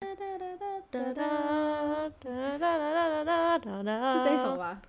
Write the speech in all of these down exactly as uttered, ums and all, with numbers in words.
是这首吧？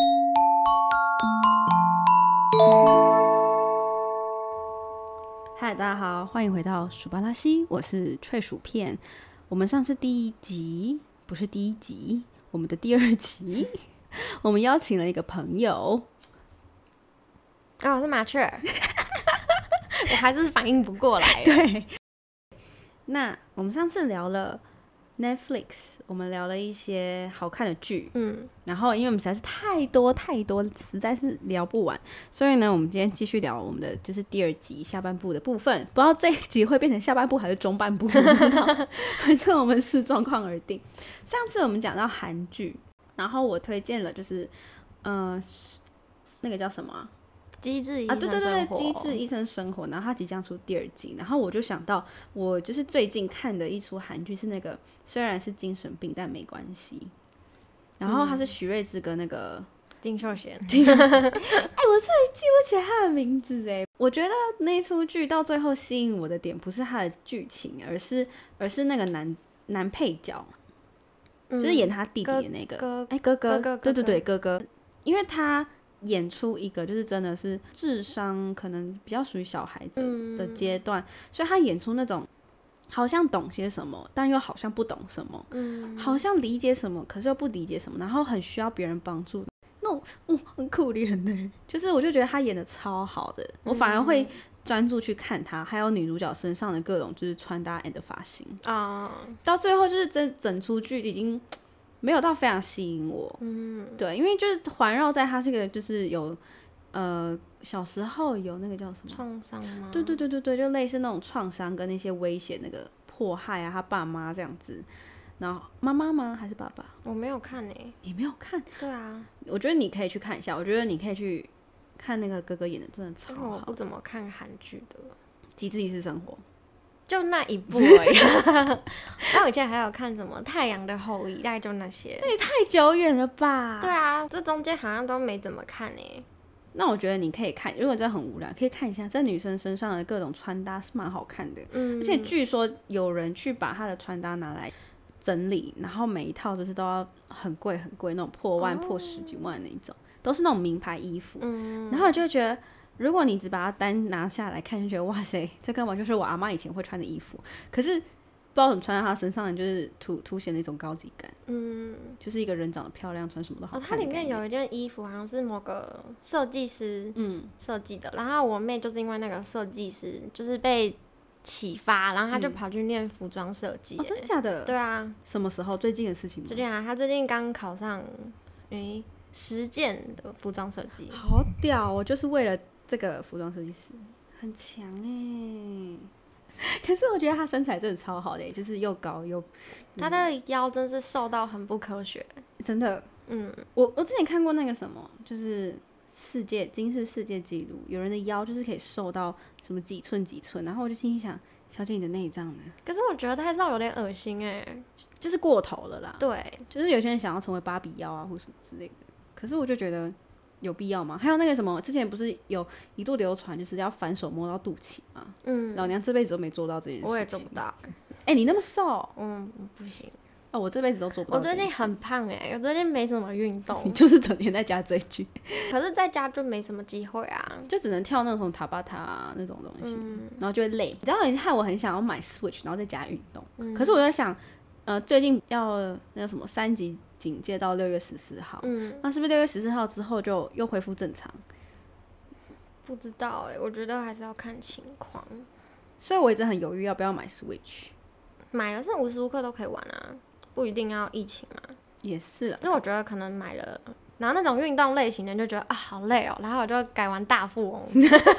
嗨，大家好，欢迎回到薯巴拉西，我是脆薯片。我们上次第一集不是第一集，我们的第二集，我们邀请了一个朋友。 哦，我是麻雀，我还是反应不过来。 对，那我们上次聊了 Netflix， 我们聊了一些好看的剧，嗯，然后因为我们实在是太多太多，实在是聊不完，所以呢，我们今天继续聊我们的就是第二集下半部的部分。不知道这一集会变成下半部还是中半部，不知道，反正我们视状况而定。上次我们讲到韩剧，然后我推荐了就是呃那个叫什么、啊？ 机智医生生活、啊、对对对对，机智医生生活，然后它即将出第二季，然后我就想到，我就是最近看的一出韩剧是那个，虽然是精神病但没关系，然后他是徐睿智跟那个金秀贤， 哎、欸，我真的记不起来他的名字哎。我觉得那出剧到最后吸引我的点不是他的剧情，而是而是那个男男配角，嗯、就是演他弟弟的那个，哎、欸、哥哥，哥哥，对对对哥哥，因为他演出一个就是真的是智商可能比较属于小孩子的阶段、嗯，所以他演出那种好像懂些什么，但又好像不懂什么，嗯，好像理解什么，可是又不理解什么，然后很需要别人帮助，那种嗯很可怜呢。就是我就觉得他演的超好的，我反而会专注去看他，还有女主角身上的各种就是穿搭 and 发型啊，到最后就是整整出剧已经没有到非常吸引我，嗯，对，因为就是环绕在他这个就是有，呃，小时候有那个叫什么创伤吗？ 对对对对对，就类似那种创伤跟那些威胁那个迫害啊，他爸妈这样子，然后妈妈吗？还是爸爸？ 我没有看诶、欸， 你没有看？ 对啊， 我觉得你可以去看一下，我觉得你可以去看那个哥哥演的，真的超好。 因为我不怎么看韩剧的， 机智医师生活。 就那一部而已。那我以前还有看什么《太阳的后裔》，大概就那些。 那也太久远了吧？ 对啊，这中间好像都没怎么看诶、欸。 那我觉得你可以看，如果真的很无聊，可以看一下这女生身上的各种穿搭是蛮好看的。嗯，而且据说有人去把她的穿搭拿来整理，然后每一套就是都要很贵很贵那种破万、哦、破十几万的那一种，都是那种名牌衣服。嗯，然后我就会觉得。如果你只把它单拿下来看，就觉得哇塞，这根本就是我阿妈以前会穿的衣服。可是不知道怎么穿在她身上，就是凸凸显那种高级感。嗯，就是一个人长得漂亮，穿什么都好看。哦， 它里面有一件衣服好像是某个设计师嗯设计的，然后我妹就是因为那个设计师就是被启发，然后她就跑去念服装设计、欸嗯。哦， 真的假的？ 对啊。什么时候？最近的事情吗？ 最近啊，她最近刚考上诶实践的服装设计。 好屌哦！就是为了。这个服装设计师很强哎，可是我觉得他身材真的超好的，就是又高又， 他的腰真是瘦到很不科学， 真的。嗯，我我之前看过那个什么，就是世界金氏世界纪录，有人的腰就是可以瘦到什么几寸几寸，然后我就心里想，小姐你的内脏呢？ 可是我觉得太瘦有点恶心哎， 就是过头了啦。 对， 就是有些人想要成为芭比腰啊或什么之类的，可是我就觉得。有必要吗？还有那个什么，之前不是有一度流传，就是要反手摸到肚脐吗？嗯，老娘这辈子都没做到这件事情， 我也做不到。 哎、欸，你那么瘦， 嗯，不行。 哦，我这辈子都做不到。 我最近很胖哎、欸，我最近没什么运动。 你就是整天在家追剧， 可是在家就没什么机会啊， 就只能跳那种塔巴塔、啊、那种东西、嗯，然后就会累。你知道，害我很想要买 Switch， 然后在家运动、嗯。可是我在想，呃，最近要那个什么三级。警戒到六月十四号，嗯，那是不是六月十四号之后就又恢复正常？ 不知道哎、欸，我觉得还是要看情况。 所以我一直很犹豫要不要买 Switch。 买了是无时无刻都可以玩啊，不一定要疫情嘛。 也是啊， 就我觉得可能买了，然后那种运动类型的就觉得啊好累哦、喔，然后我就改玩大富翁。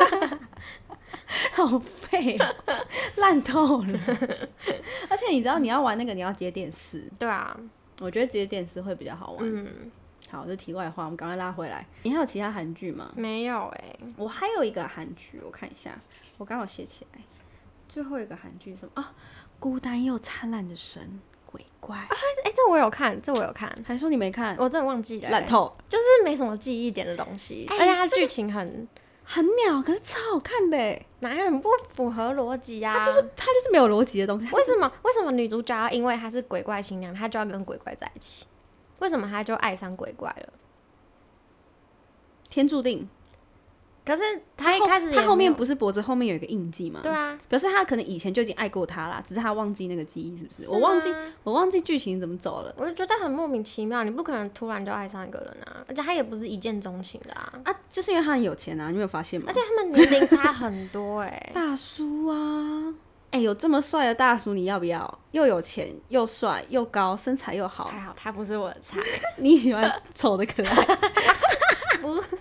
好废、喔，烂透了。而且你知道你要玩那个你要接电视， 对啊。 我觉得接电视会比较好玩。嗯，好，这题外话，我们赶快拉回来。你还有其他韩剧吗？ 没有哎、欸， 我还有一个韩剧，我看一下，我刚好写起来。最后一个韩剧什么啊？孤单又灿烂的神鬼怪。啊， 哎、欸，这我有看，这我有看。 还说你没看？ 我真的忘记了、欸， 烂透， 就是没什么记忆点的东西，欸、而且它剧情很很鸟，可是超好看的哎， 哪很不符合逻辑啊？ 它就是它就是没有逻辑的东西。 为什么为什么女主角要因为她是鬼怪新娘，她就要跟鬼怪在一起？为什么她就爱上鬼怪了？ 天注定。 可是他一开始他后面不是脖子后面有一个印记吗？ 对啊， 表示他可能以前就已经爱过他啦，只是他忘记那个记忆，是不是？是我忘记我忘记剧情怎么走了。 我就觉得很莫名其妙，你不可能突然就爱上一个人啊，而且他也不是一见钟情的啊。 啊，就是因为他很有钱啊，你有没有发现吗？ 而且他们年龄差很多哎、欸。 大叔啊，哎、欸，有这么帅的大叔，你要不要？又有钱又帅又高，身材又好。 还好他不是我的菜。 你喜欢丑的可爱？ 不是。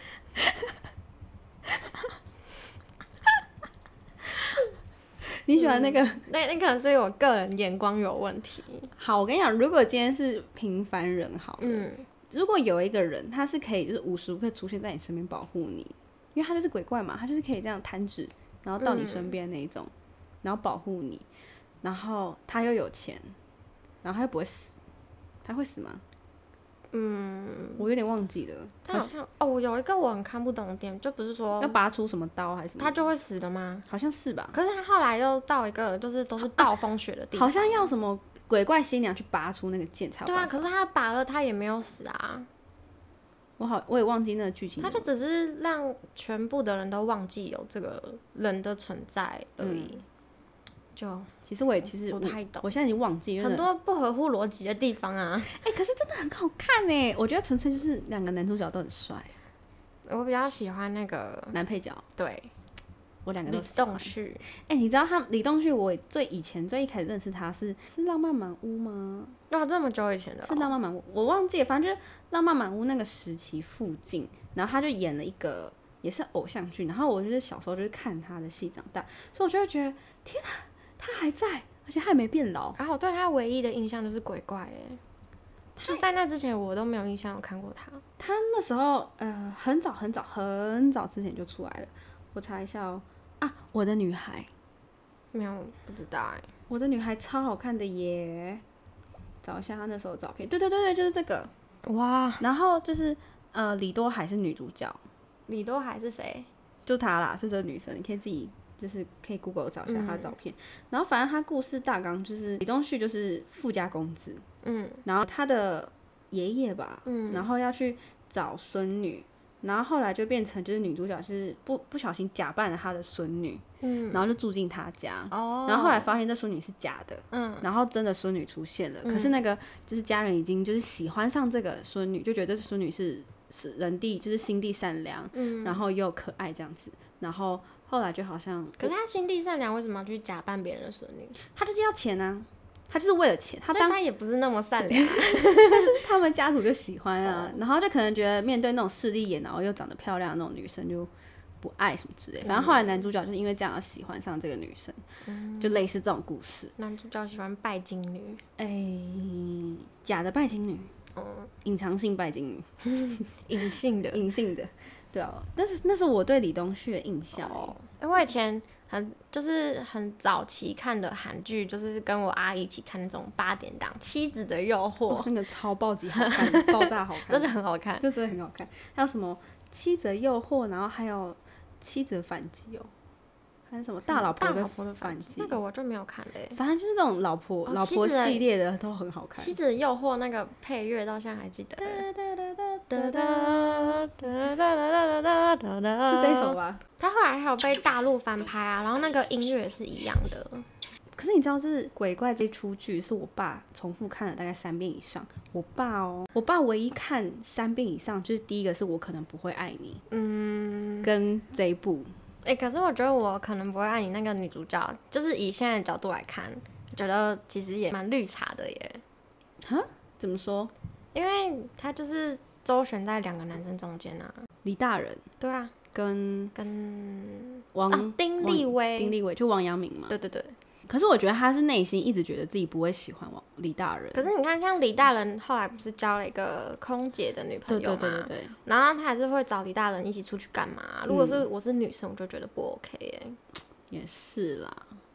你喜欢那个？ 嗯、那那可能是我个人眼光有问题。 好，我跟你讲，如果今天是平凡人好了， 嗯， 如果有一个人，他是可以就是无时无刻出现在你身边保护你，因为他就是鬼怪嘛，他就是可以这样弹指，然后到你身边那一种、嗯，然后保护你，然后他又有钱，然后他又不会死，他会死吗？嗯，我有点忘记了。 他好像哦，有一个我很看不懂的点，就不是说要拔出什么刀还是什么， 他就会死的吗？ 好像是吧。 可是他后来又到一个就是都是暴风雪的地方、 啊，好像要什么鬼怪新娘去拔出那个剑才有。 对啊，可是他拔了，他也没有死啊。 我好，我也忘记那个剧情。 他就只是让全部的人都忘记有这个人的存在而已。嗯、就其实我也其实不太懂， 我现在已经忘记很多不合乎逻辑的地方啊。 哎、欸，可是真的很好看哎，我觉得纯粹就是两个男主角都很帅。 我比较喜欢那个男配角， 对， 我两个都喜欢。李栋旭， 哎、欸，你知道他李栋旭？我最以前最一开始认识他是是《浪漫满屋》吗？ 哇，这么久以前的、哦。 是《浪漫满屋》，我忘记了，反正就是《浪漫满屋》那个时期附近，然后他就演了一个也是偶像剧，然后我就是小时候就是看他的戏长大，所以我就会觉得天啊，他还在，而且他还没变老。 然后我对他唯一的印象就是鬼怪哎。就在那之前，我都没有印象有看过他。 他那时候呃很早很早很早之前就出来了，我查一下哦、喔、啊，我的女孩， 没有不知道哎、欸， 我的女孩超好看的耶，找一下他那时候的照片，对对对对，就是这个哇。然后就是呃李多海是女主角， 李多海是谁？ 就她啦，是这个女生，你可以自己就是可以 Google 找一下她的照片、嗯。然后反正她故事大纲就是李东旭就是富家公子。嗯，然后他的爷爷吧，嗯，然后要去找孙女，然后后来就变成就是女主角是不不小心假扮了他的孙女，嗯，然后就住进他家，哦，然后后来发现这孙女是假的，嗯，然后真的孙女出现了、嗯，可是那个就是家人已经就是喜欢上这个孙女，就觉得这孙女是是人地就是心地善良，嗯，然后又可爱这样子，然后后来就好像， 可是他心地善良，为什么要去假扮别人的孙女？ 他就是要钱啊。他就是为了钱，他当他也不是那么善良、啊， 但是他们家族就喜欢啊，然后就可能觉得面对那种势利眼，然后又长得漂亮的那种女生就不爱什么之类。反正后来男主角就是因为这样而喜欢上这个女生，嗯、就类似这种故事。 男主角喜欢拜金女， 哎、欸，假的拜金女，隐、嗯、藏性拜金女， 隐性的， 隐性的，对啊。但是那是我对李东旭的印象、欸。 哦，因为我以前。很就是很早期看的韩剧，就是跟我阿姨一起看那种八点档《妻子的诱惑》 哦，那个超爆级好看，爆炸好看， 真的很好看， 就真的很好看。还有什么《妻子的诱惑》，然后还有《妻子的反击》哦，还有什么《大老婆的反击》， 那个我就没有看嘞。 反正就是这种老婆、哦、老婆系列的都很好看。 《妻子的诱惑》那个配乐到现在还记得。 是这一首吧？ 他后来还有被大陆翻拍啊，然后那个音乐是一样的。 可是你知道，就是鬼怪这出剧是我爸重复看了大概三遍以上。我爸哦，我爸唯一看三遍以上，就是第一个是我可能不会爱你，嗯，跟这一部。 哎、欸，可是我觉得我可能不会爱你那个女主角，就是以现在的角度来看，觉得其实也蛮绿茶的耶。 哈？怎么说？ 因为他就是周旋在两个男生中间啊。 李大人。 对啊。 跟跟王、 啊、丁立威， 丁立威就王阳明嘛。 对对对。 可是我觉得他是内心一直觉得自己不会喜欢王李大人。 可是你看，像李大人后来不是交了一个空姐的女朋友嘛？ 对对对对对。 然后他还是会找李大人一起出去干嘛？如果是我是女生，我就觉得不 OK 哎、欸。 也是啦。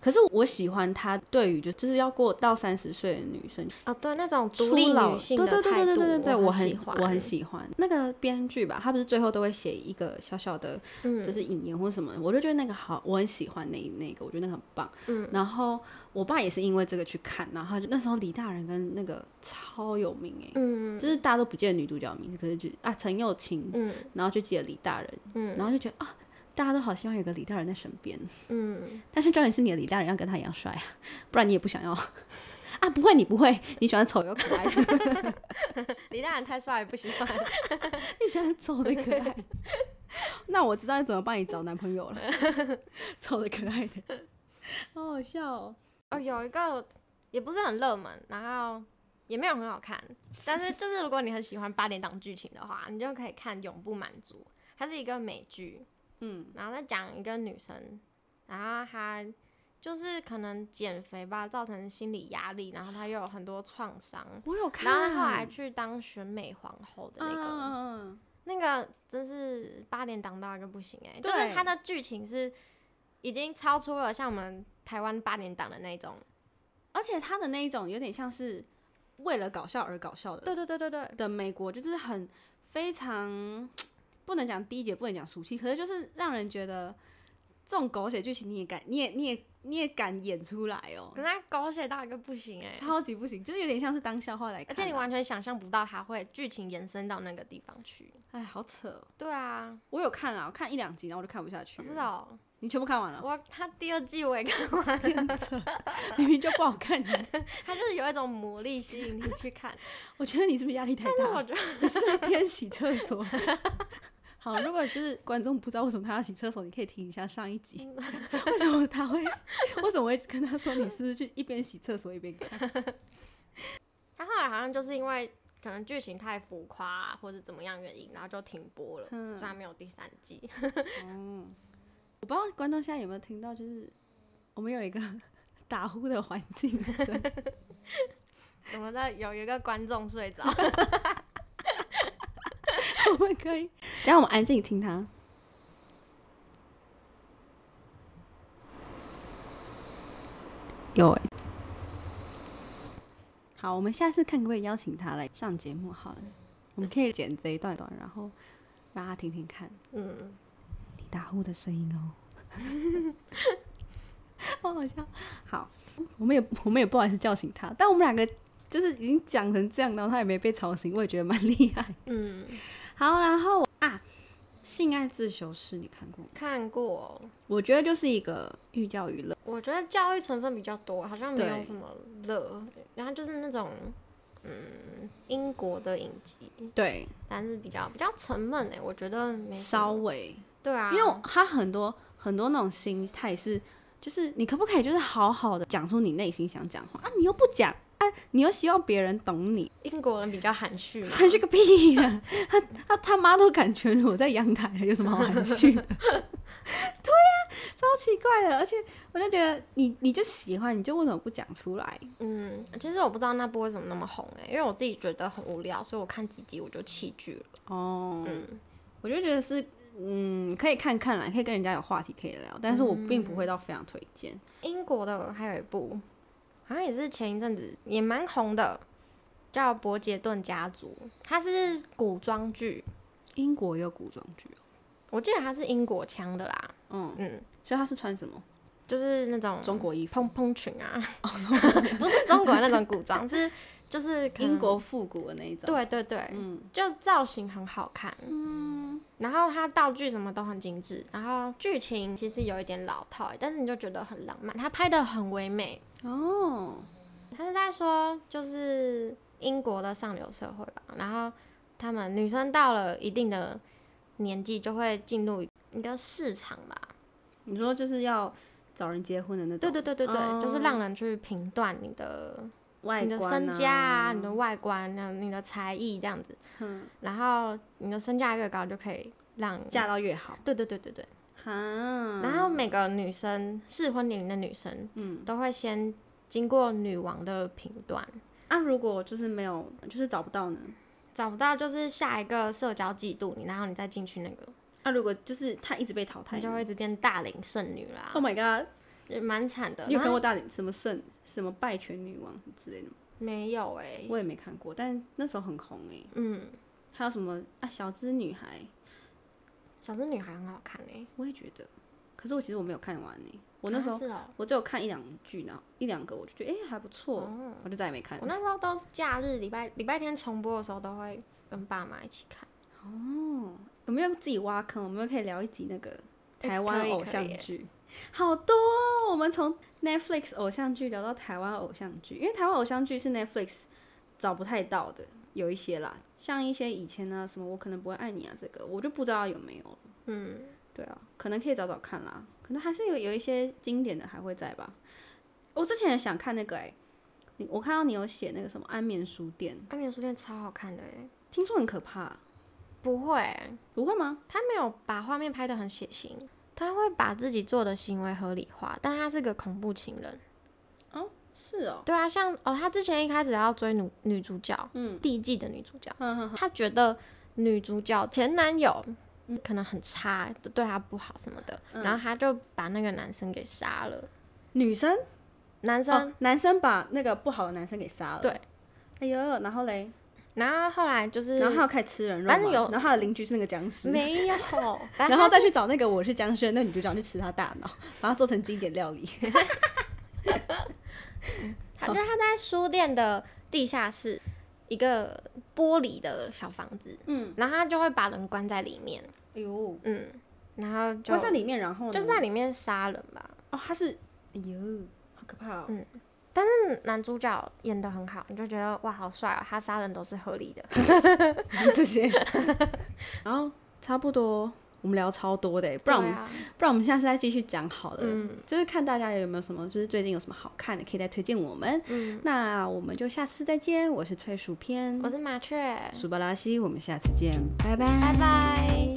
可是我喜欢他对于就就是要过到三十岁的女生哦，对那种独立女性的态度， 对对对对对对对，我很喜欢， 我很喜欢那个编剧吧，他不是最后都会写一个小小的，就是引言或什么的，嗯，我就觉得那个好，我很喜欢那那个，我觉得那个很棒。嗯，然后我爸也是因为这个去看，然后他就那时候李大人跟那个超有名哎，嗯，就是大家都不记得女主角的名字，可是就啊陈又青，嗯，然后就记得李大人，嗯，然后就觉得啊。大家都好希望有个李大人在身边，嗯，但是重点是你的李大人要跟他一样帅啊，不然你也不想要啊。不会，你不会，你喜欢丑又可爱的。 李大人太帅不喜欢， 你喜欢丑的可爱。那我知道怎么帮你找男朋友了，丑的可爱的，好好笑哦。 哦，有一个也不是很热门，然后也没有很好看，但是就是如果你很喜欢八点档剧情的话，你就可以看《永不满足》，它是一个美剧。嗯，然后再讲一个女生，然后她就是可能减肥吧，造成心理压力，然后她又有很多创伤。 我有看。 然后她后来去当选美皇后的那个，嗯、那个真是八点档到一个不行哎、欸，就是她的剧情是已经超出了像我们台湾八点档的那种， 而且她的那一种有点像是为了搞笑而搞笑的。 对对对对对。 的美国就是很非常。不能讲低级，不能讲俗气，可是就是让人觉得这种狗血剧情你也敢，你也你也你也敢演出来哦。 可是它狗血到一个不行哎、欸， 超级不行，就是有点像是当笑话来看、啊。 而且你完全想象不到它会剧情延伸到那个地方去。 哎，好扯、喔。 对啊， 我有看啊，我看一两集，然后我就看不下去了。 是哦， 你全部看完了？ 我他第二季我也看完了， 明明就不好看。 他就是有一种魔力吸引你去看。 我觉得你是不是压力太大？ 但是我觉得你是不是偏洗厕所？好，如果就是观众不知道为什么他要洗厕所，你可以听一下上一集。为什么他会？为什么会跟他说你是不是去一边洗厕所一边看？ 他后来好像就是因为可能剧情太浮夸、啊、或者怎么样原因，然后就停播了，嗯、虽然没有第三季。 嗯，我不知道观众现在有没有听到，就是我们有一个打呼的环境声。 我们的有一个观众睡着。 我们可以，等一下我们安静听他。有哎、欸，好，我们下次看可不可以邀请他来上节目好了，我们可以剪这一段段，然后让他听听看。嗯，你打呼的声音哦。好好笑。好，我们也我们也不好意思叫醒他，但我们两个就是已经讲成这样，然后他也没被吵醒，我也觉得蛮厉害。嗯。好，然后啊，性爱自修室你看过吗？ 看过。 我觉得就是一个寓教于乐。 我觉得教育成分比较多，好像没有什么乐，然后就是那种嗯英国的影集。 对。 但是比较比较沉闷哎、欸，我觉得没稍微。 对啊。 因为他很多很多那种心态是，就是你可不可以就是好好的讲出你内心想讲话啊？你又不讲。啊、你又希望别人懂你， 英国人比较含蓄嘛？ 含蓄个屁呀、啊！他他他妈都敢全裸在阳台了，有什么好含蓄的？对呀、啊，超奇怪的。而且我就觉得你你就喜欢，你就为什么不讲出来？ 嗯，其实我不知道那部为什么那么红哎、欸，因为我自己觉得很无聊，所以我看几集我就弃剧了。哦， 嗯，我就觉得是嗯可以看看啦，可以跟人家有话题可以聊，但是我并不会到非常推荐、嗯。 英国的还有一部。好像也是前一阵子也蛮红的，叫《伯杰顿家族》，它是古装剧。 英国也有古装剧哦， 我记得它是英国腔的啦。 嗯嗯，所以它是穿什么？ 就是那种中国衣服， 蓬蓬裙啊，不是中国那种古装，是就是英国复古的那一种。 对对对，嗯，就造型很好看，嗯，然后它道具什么都很精致，然后剧情其实有一点老套，但是你就觉得很浪漫，它拍得很唯美。哦，他是在说就是英国的上流社会吧，然后他们女生到了一定的年纪就会进入一个市场吧。 你说就是要找人结婚的那种？ 对对对对对，哦、就是让人去评断你的外观、啊、你的身家啊、你的外观、你的才艺这样子。嗯，然后你的身价越高，就可以让嫁到越好。 对对对对对。然后每个女生适婚年龄的女生，嗯，都会先经过女王的评断。 啊，如果就是没有，就是找不到呢？ 找不到就是下一个社交季度你，然后你再进去那个。 啊，如果就是她一直被淘汰， 你就会一直变大龄剩女啦。 Oh my god！ 也蛮惨的。 你有看过大什么圣什么拜权女王之类的吗？ 没有哎、欸， 我也没看过，但那时候很红哎、欸。 嗯， 还有什么啊？小资女孩， 小资女孩很好看哎、欸， 我也觉得。可是我其实我没有看完哎、欸，我那时候、 啊哦、 我只有看一两句，然后一两个我就觉得哎、欸、还不错、哦，我就再也没看。 我那时候都是假日礼拜礼拜天重播的时候都会跟爸妈一起看。 哦，有没有自己挖坑？我们可以聊一集那个台湾偶像剧、欸，好多、哦。我们从 Netflix 偶像剧聊到台湾偶像剧，因为台湾偶像剧是 Netflix 找不太到的，有一些啦，像一些以前呢什么我可能不会爱你啊，这个我就不知道有没有了。 嗯， 对啊，可能可以找找看啦，可能还是有有一些经典的还会在吧。我之前也想看那个哎、欸，我看到你有写那个什么安眠书店， 安眠书店超好看的哎、欸， 听说很可怕。 不会、欸， 不会吗？ 他没有把画面拍得很血腥，他会把自己做的行为合理化，但他是个恐怖情人。 哦，是哦。 对啊，像哦，他之前一开始要追女女主角，嗯，第一季的女主角，嗯、他觉得女主角前男友、嗯、可能很差，对他不好什么的、嗯，然后他就把那个男生给杀了。 女生？ 男生、 哦？男生把那个不好的男生给杀了。 对。 哎呦，然后嘞？ 然后后来就是， 然后他要开始吃人肉嘛，有，然后他的邻居是那个僵尸， 没有， 然后再去找那个我是僵尸的那女主角去吃他大脑，把它做成经典料理。 他就他在书店的地下室，一个玻璃的小房子，嗯，然后他就会把人关在里面， 哎呦， 嗯，然后就关在里面，然后呢就在里面杀人吧。 哦，他是，哎呦，好可怕哦， 嗯。但是男主角演得很好，你就觉得哇好帅哦，他杀人都是合理的。 这些，然后差不多我们聊超多的，不然我们、啊、不然我们下次再继续讲好了、嗯。就是看大家有没有什么，就是最近有什么好看的，可以再推荐我们。嗯，那我们就下次再见。我是脆薯片， 我是麻雀， 苏巴拉西，我们下次见，拜拜， 拜拜。